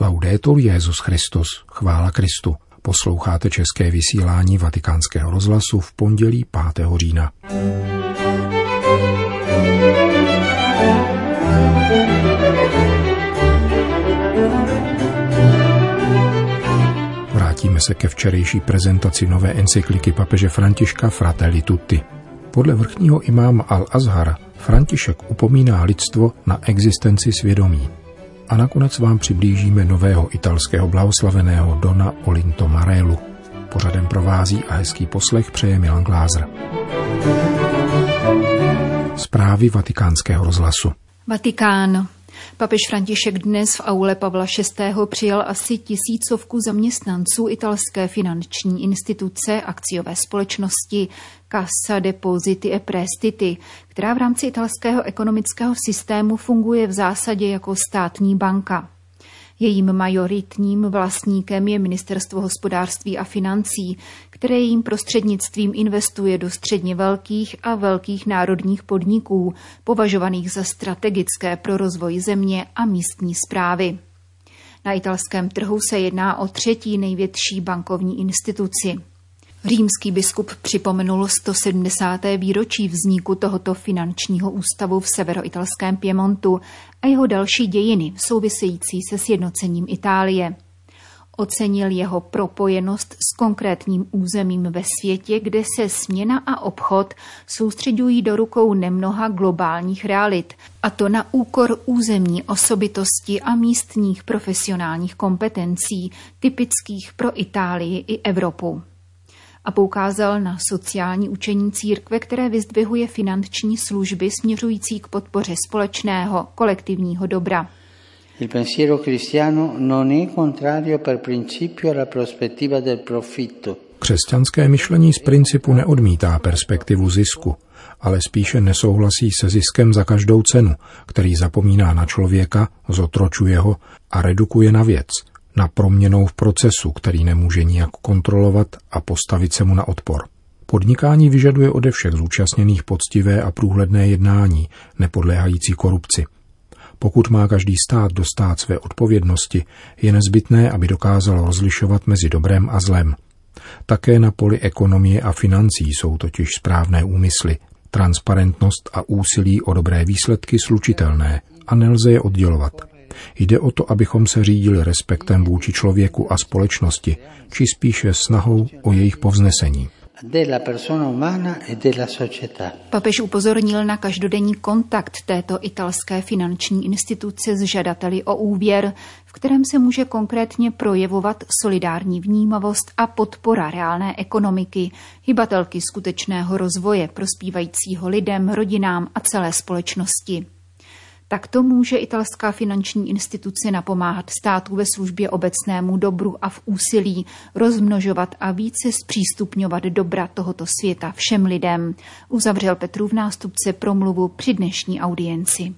Laudetur Jesus Christus, chvála Kristu. Posloucháte české vysílání Vatikánského rozhlasu v pondělí 5. října. Vrátíme se ke včerejší prezentaci nové encykliky papeže Františka Fratelli Tutti. Podle vrchního imáma Al-Azhara František upomíná lidstvo na existenci svědomí. A nakonec vám přiblížíme nového italského blahoslaveného Dona Olinto Marellu. Pořadem provází a hezký poslech přeje Milan Glázer. Zprávy Vatikánského rozhlasu. Vatikán. Papež František dnes v aule Pavla VI. Přijal asi 1000 zaměstnanců italské finanční instituce akciové společnosti Cassa Depositi e Prestiti, která v rámci italského ekonomického systému funguje v zásadě jako státní banka. Jejím majoritním vlastníkem je Ministerstvo hospodářství a financí, které jejím prostřednictvím investuje do středně velkých a velkých národních podniků, považovaných za strategické pro rozvoj země a místní správy. Na italském trhu se jedná o 3. největší bankovní instituci. Římský biskup připomenul 170. výročí vzniku tohoto finančního ústavu v severoitalském Piemontu a jeho další dějiny související se sjednocením Itálie. Ocenil jeho propojenost s konkrétním územím ve světě, kde se směna a obchod soustředují do rukou nemnoha globálních realit, a to na úkor územní osobitosti a místních profesionálních kompetencí, typických pro Itálii i Evropu. A poukázal na sociální učení církve, které vyzdvihuje finanční služby směřující k podpoře společného, kolektivního dobra. Il pensiero cristiano non è contrario per principio alla prospettiva del profitto. Křesťanské myšlení z principu neodmítá perspektivu zisku, ale spíše nesouhlasí se ziskem za každou cenu, který zapomíná na člověka, zotročuje ho a redukuje na věc, na proměnou v procesu, který nemůže nijak kontrolovat a postavit se mu na odpor. Podnikání vyžaduje ode všech zúčastněných poctivé a průhledné jednání, nepodléhající korupci. Pokud má každý stát dostát své odpovědnosti, je nezbytné, aby dokázal rozlišovat mezi dobrem a zlem. Také na poli ekonomie a financí jsou totiž správné úmysly, transparentnost a úsilí o dobré výsledky slučitelné a nelze je oddělovat. Jde o to, abychom se řídili respektem vůči člověku a společnosti, či spíše snahou o jejich povznesení. Papež upozornil na každodenní kontakt této italské finanční instituce s žadateli o úvěr, v kterém se může konkrétně projevovat solidární vnímavost a podpora reálné ekonomiky, hybatelky skutečného rozvoje prospívajícího lidem, rodinám a celé společnosti. Takto může italská finanční instituce napomáhat státu ve službě obecnému dobru a v úsilí rozmnožovat a více zpřístupňovat dobra tohoto světa všem lidem, uzavřel Petrův nástupce promluvu při dnešní audienci.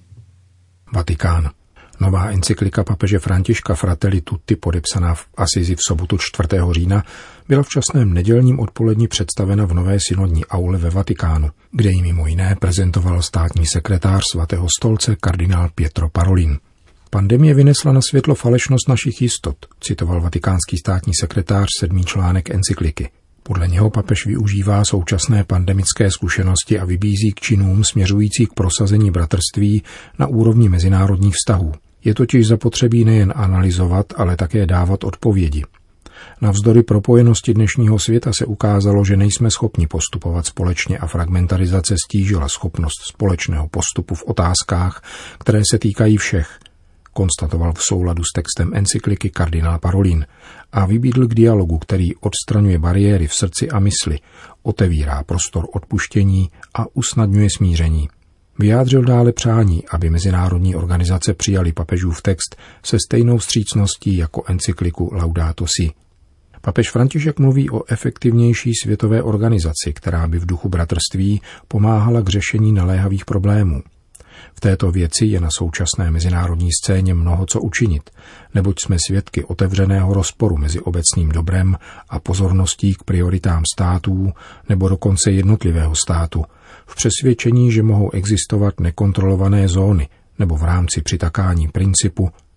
Vatikán. Nová encyklika papeže Františka Fratelli Tutti, podepsaná v Asizi v sobotu 4. října, byla v časném nedělním odpoledni představena v nové synodní aule ve Vatikánu, kde ji mimo jiné prezentoval státní sekretář Svatého stolce kardinál Pietro Parolin. Pandemie vynesla na světlo falešnost našich jistot, citoval vatikánský státní sekretář 7. článek encykliky. Podle něho papež využívá současné pandemické zkušenosti a vybízí k činům směřující k prosazení bratrství na úrovni mezinárodních vztahů. Je totiž zapotřebí nejen analyzovat, ale také dávat odpovědi. Navzdory propojenosti dnešního světa se ukázalo, že nejsme schopni postupovat společně a fragmentarizace stížila schopnost společného postupu v otázkách, které se týkají všech, konstatoval v souladu s textem encykliky kardinál Parolin a vybídl k dialogu, který odstraňuje bariéry v srdci a mysli, otevírá prostor odpuštění a usnadňuje smíření. Vyjádřil dále přání, aby mezinárodní organizace přijaly papežův text se stejnou vstřícností jako encykliku Laudato Si. Papež František mluví o efektivnější světové organizaci, která by v duchu bratrství pomáhala k řešení naléhavých problémů. V této věci je na současné mezinárodní scéně mnoho co učinit, neboť jsme svědky otevřeného rozporu mezi obecným dobrem a pozorností k prioritám států nebo dokonce jednotlivého státu, v přesvědčení, že mohou existovat nekontrolované zóny nebo v rámci přitakání principu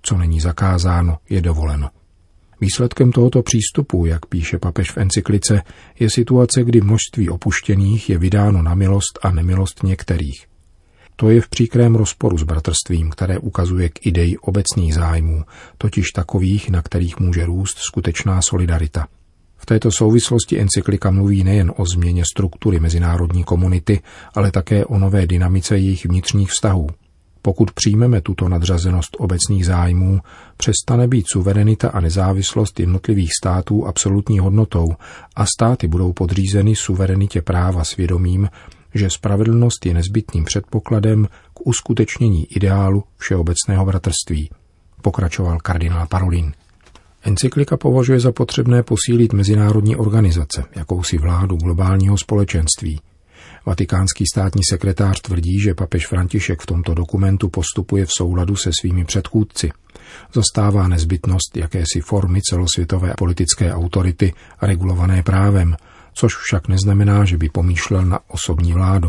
co není zakázáno, je dovoleno. Výsledkem tohoto přístupu, jak píše papež v encyklice, je situace, kdy množství opuštěných je vydáno na milost a nemilost některých. To je v příkrém rozporu s bratrstvím, které ukazuje k ideji obecných zájmů, totiž takových, na kterých může růst skutečná solidarita. V této souvislosti encyklika mluví nejen o změně struktury mezinárodní komunity, ale také o nové dynamice jejich vnitřních vztahů. Pokud přijmeme tuto nadřazenost obecných zájmů, přestane být suverenita a nezávislost jednotlivých států absolutní hodnotou a státy budou podřízeny suverenitě práva svědomím, že spravedlnost je nezbytným předpokladem k uskutečnění ideálu všeobecného bratrství, pokračoval kardinál Parolin. Encyklika považuje za potřebné posílit mezinárodní organizace, jakousi vládu globálního společenství. Vatikánský státní sekretář tvrdí, že papež František v tomto dokumentu postupuje v souladu se svými předchůdci. Zastává nezbytnost jakési formy celosvětové politické autority regulované právem, což však neznamená, že by pomýšlel na osobní vládu.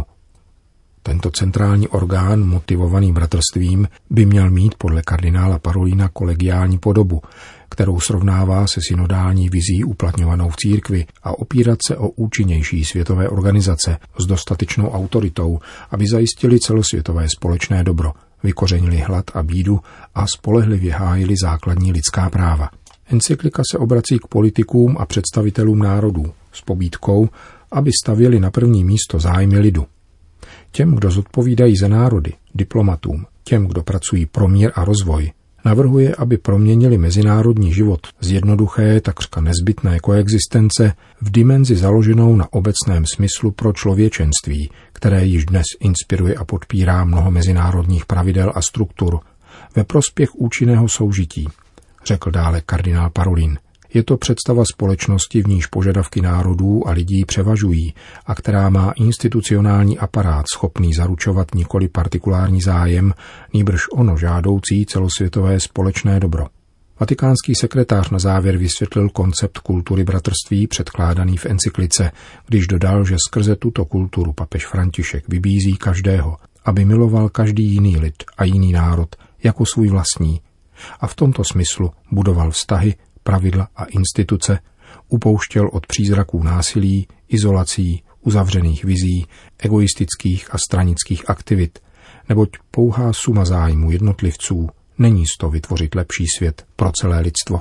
Tento centrální orgán, motivovaný bratrstvím, by měl mít podle kardinála Parolina kolegiální podobu, kterou srovnává se synodální vizí uplatňovanou v církvi a opírat se o účinnější světové organizace s dostatečnou autoritou, aby zajistili celosvětové společné dobro, vykořenili hlad a bídu a spolehlivě hájili základní lidská práva. Encyklika se obrací k politikům a představitelům národů s pobídkou, aby stavěli na první místo zájmy lidu. Těm, kdo zodpovídají za národy, diplomatům, těm, kdo pracují pro mír a rozvoj, navrhuje, aby proměnili mezinárodní život z jednoduché, takřka nezbytné koexistence v dimenzi založenou na obecném smyslu pro člověčenství, které již dnes inspiruje a podpírá mnoho mezinárodních pravidel a struktur ve prospěch účinného soužití, řekl dále kardinál Parolin. Je to představa společnosti, v níž požadavky národů a lidí převažují a která má institucionální aparát schopný zaručovat nikoli partikulární zájem, nýbrž ono žádoucí celosvětové společné dobro. Vatikánský sekretář na závěr vysvětlil koncept kultury bratrství předkládaný v encyklice, když dodal, že skrze tuto kulturu papež František vybízí každého, aby miloval každý jiný lid a jiný národ jako svůj vlastní a v tomto smyslu budoval vztahy, pravidla a instituce, upouštěl od přízraků násilí, izolací, uzavřených vizí, egoistických a stranických aktivit, neboť pouhá suma zájmu jednotlivců není z toho vytvořit lepší svět pro celé lidstvo.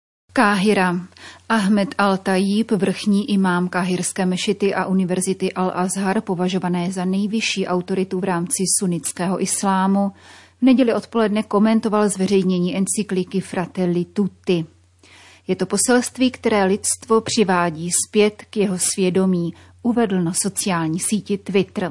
Káhira. Ahmed al-Tajib, vrchní imám káhirské mešity a univerzity Al-Azhar, považované za nejvyšší autoritu v rámci sunnického islámu, v neděli odpoledne komentoval zveřejnění encykliky Fratelli Tutti. Je to poselství, které lidstvo přivádí zpět k jeho svědomí, uvedl na sociální síti Twitter.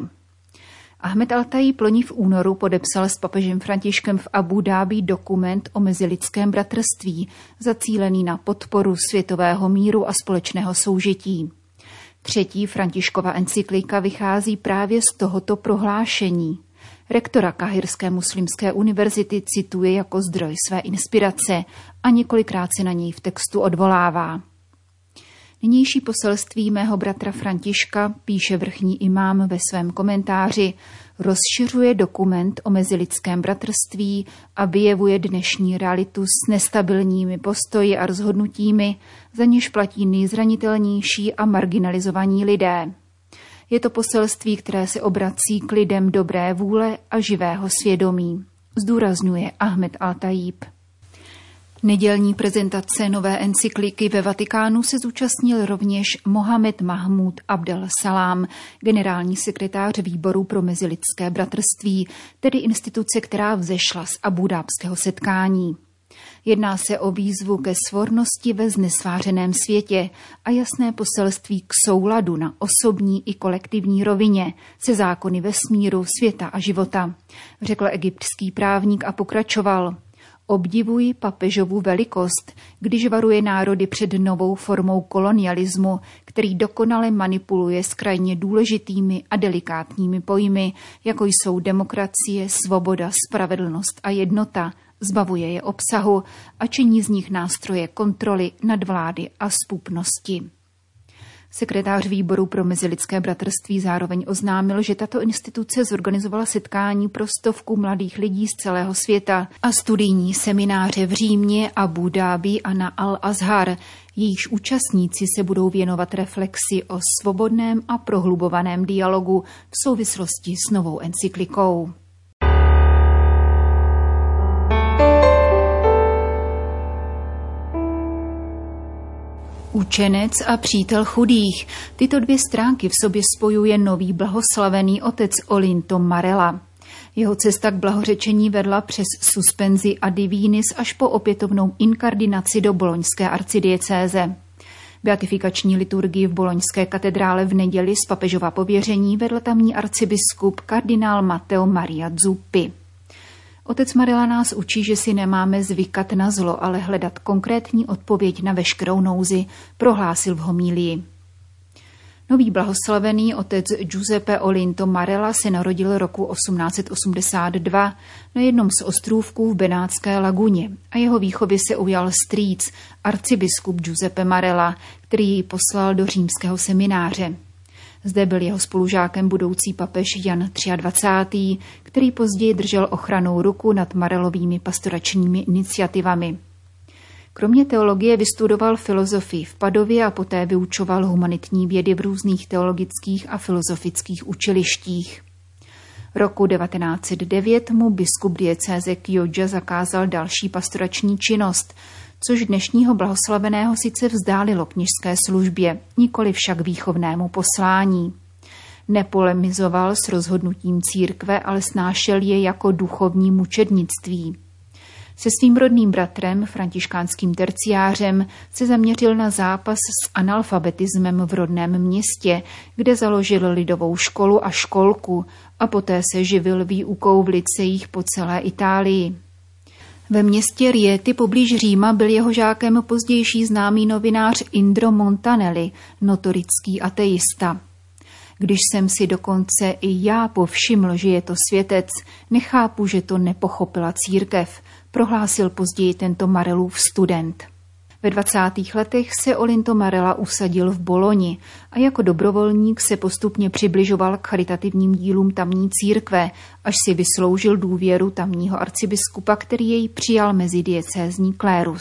Ahmed al-Tajib loni v únoru podepsal s papežem Františkem v Abu Dhabí dokument o mezilidském bratrství, zacílený na podporu světového míru a společného soužití. Třetí Františkova encyklika vychází právě z tohoto prohlášení. Rektora Káhirské muslimské univerzity cituje jako zdroj své inspirace a několikrát se na něj v textu odvolává. Nynější poselství mého bratra Františka, píše vrchní imám ve svém komentáři, rozšiřuje dokument o mezilidském bratrství a vyjevuje dnešní realitu s nestabilními postoji a rozhodnutími, za něž platí nejzranitelnější a marginalizovaní lidé. Je to poselství, které se obrací k lidem dobré vůle a živého svědomí, zdůrazňuje Ahmed al-Tajib. Nedělní prezentace nové encykliky ve Vatikánu se zúčastnil rovněž Mohamed Mahmud Abdel Salám, generální sekretář výboru pro mezilidské bratrství, tedy instituce, která vzešla z abudábského setkání. Jedná se o výzvu ke svornosti ve znesvářeném světě a jasné poselství k souladu na osobní i kolektivní rovině se zákony vesmíru, světa a života, řekl egyptský právník a pokračoval. Obdivuji papežovu velikost, když varuje národy před novou formou kolonialismu, který dokonale manipuluje s krajně důležitými a delikátními pojmy, jako jsou demokracie, svoboda, spravedlnost a jednota, zbavuje je obsahu a činí z nich nástroje kontroly nadvlády a způpnosti. Sekretář výboru pro mezilidské bratrství zároveň oznámil, že tato instituce zorganizovala setkání pro 100 mladých lidí z celého světa a studijní semináře v Římě, Abu Dhabi a na Al-Azhar. Jejichž účastníci se budou věnovat reflexi o svobodném a prohlubovaném dialogu v souvislosti s novou encyklikou. Učenec a přítel chudých. Tyto dvě stránky v sobě spojuje nový blahoslavený otec Olinto Marella. Jeho cesta k blahořečení vedla přes suspenzi a divinis až po opětovnou inkardinaci do boloňské arcidiecéze. Beatifikační liturgii v boloňské katedrále v neděli z papežova pověření vedl tamní arcibiskup kardinál Matteo Maria Zuppi. Otec Marella nás učí, že si nemáme zvykat na zlo, ale hledat konkrétní odpověď na veškerou nouzi, prohlásil v homílii. Nový blahoslavený otec Giuseppe Olinto Marella se narodil roku 1882 na jednom z ostrůvků v Benátské laguně a jeho výchovy se ujal strýc, arcibiskup Giuseppe Marella, který jej poslal do římského semináře. Zde byl jeho spolužákem budoucí papež Jan 23., který později držel ochrannou ruku nad Marellovými pastoračními iniciativami. Kromě teologie vystudoval filozofii v Padově a poté vyučoval humanitní vědy v různých teologických a filozofických učilištích. Roku 1909 mu biskup diecéze Chioggia zakázal další pastorační činnost, což dnešního blahoslaveného sice vzdálilo kněžské službě, nikoli však výchovnému poslání. Nepolemizoval s rozhodnutím církve, ale snášel je jako duchovní mučednictví. Se svým rodným bratrem, františkánským terciářem, se zaměřil na zápas s analfabetismem v rodném městě, kde založil lidovou školu a školku a poté se živil výukou v licejích po celé Itálii. Ve městě Rieti poblíž Říma byl jeho žákem pozdější známý novinář Indro Montanelli, notorický ateista. Když jsem si dokonce i já povšiml, že je to světec, nechápu, že to nepochopila církev, prohlásil později tento Marellův student. Ve 20. letech se Olinto Marella usadil v Boloni a jako dobrovolník se postupně přibližoval k charitativním dílům tamní církve, až si vysloužil důvěru tamního arcibiskupa, který jej přijal mezi diecézní klérus.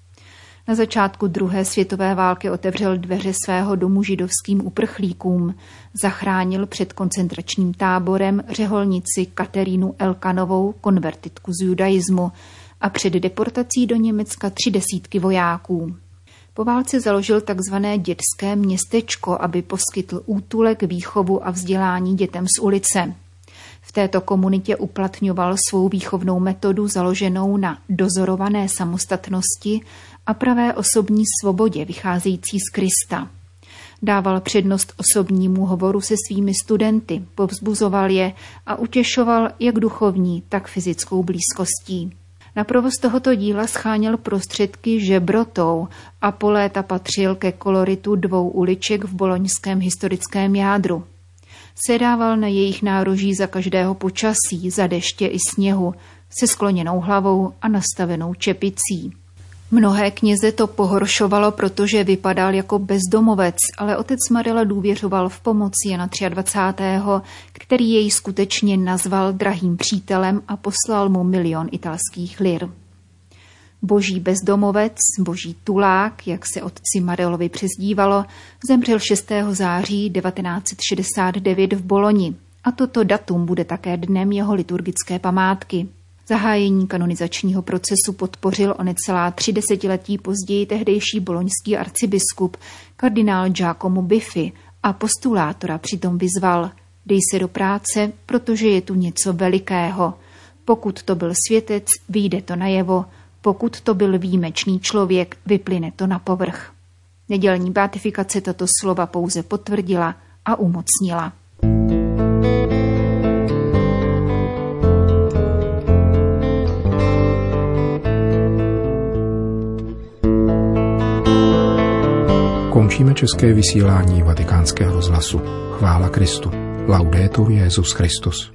Na začátku druhé světové války otevřel dveře svého domu židovským uprchlíkům, zachránil před koncentračním táborem řeholnici Katerínu Elkanovou, konvertitku z judaismu, a před deportací do Německa 30 vojáků. Po válce založil takzvané dětské městečko, aby poskytl útulek, výchovu a vzdělání dětem z ulice. V této komunitě uplatňoval svou výchovnou metodu založenou na dozorované samostatnosti a pravé osobní svobodě vycházející z Krista. Dával přednost osobnímu hovoru se svými studenty, povzbuzoval je a utěšoval jak duchovní, tak fyzickou blízkostí. Na provoz tohoto díla scháněl prostředky žebrotou a po léta patřil ke koloritu 2 uliček v boloňském historickém jádru. Sedával na jejich nároží za každého počasí, za deště i sněhu, se skloněnou hlavou a nastavenou čepicí. Mnohé kněze to pohoršovalo, protože vypadal jako bezdomovec, ale otec Marella důvěřoval v pomoc Jana 23., který jej skutečně nazval drahým přítelem a poslal mu 1 000 000 italských lir. Boží bezdomovec, boží tulák, jak se otci Marellovi přezdívalo, zemřel 6. září 1969 v Boloni a toto datum bude také dnem jeho liturgické památky. Zahájení kanonizačního procesu podpořil o necelá 3 desetiletí později tehdejší boloňský arcibiskup kardinál Giacomo Biffi a postulátora přitom vyzval: dej se do práce, protože je tu něco velikého. Pokud to byl světec, vyjde to najevo, pokud to byl výjimečný člověk, vyplyne to na povrch. Nedělní beatifikace tato slova pouze potvrdila a umocnila. Končíme české vysílání Vatikánského rozhlasu. Chvála Kristu. Laudetur Jesus Christus.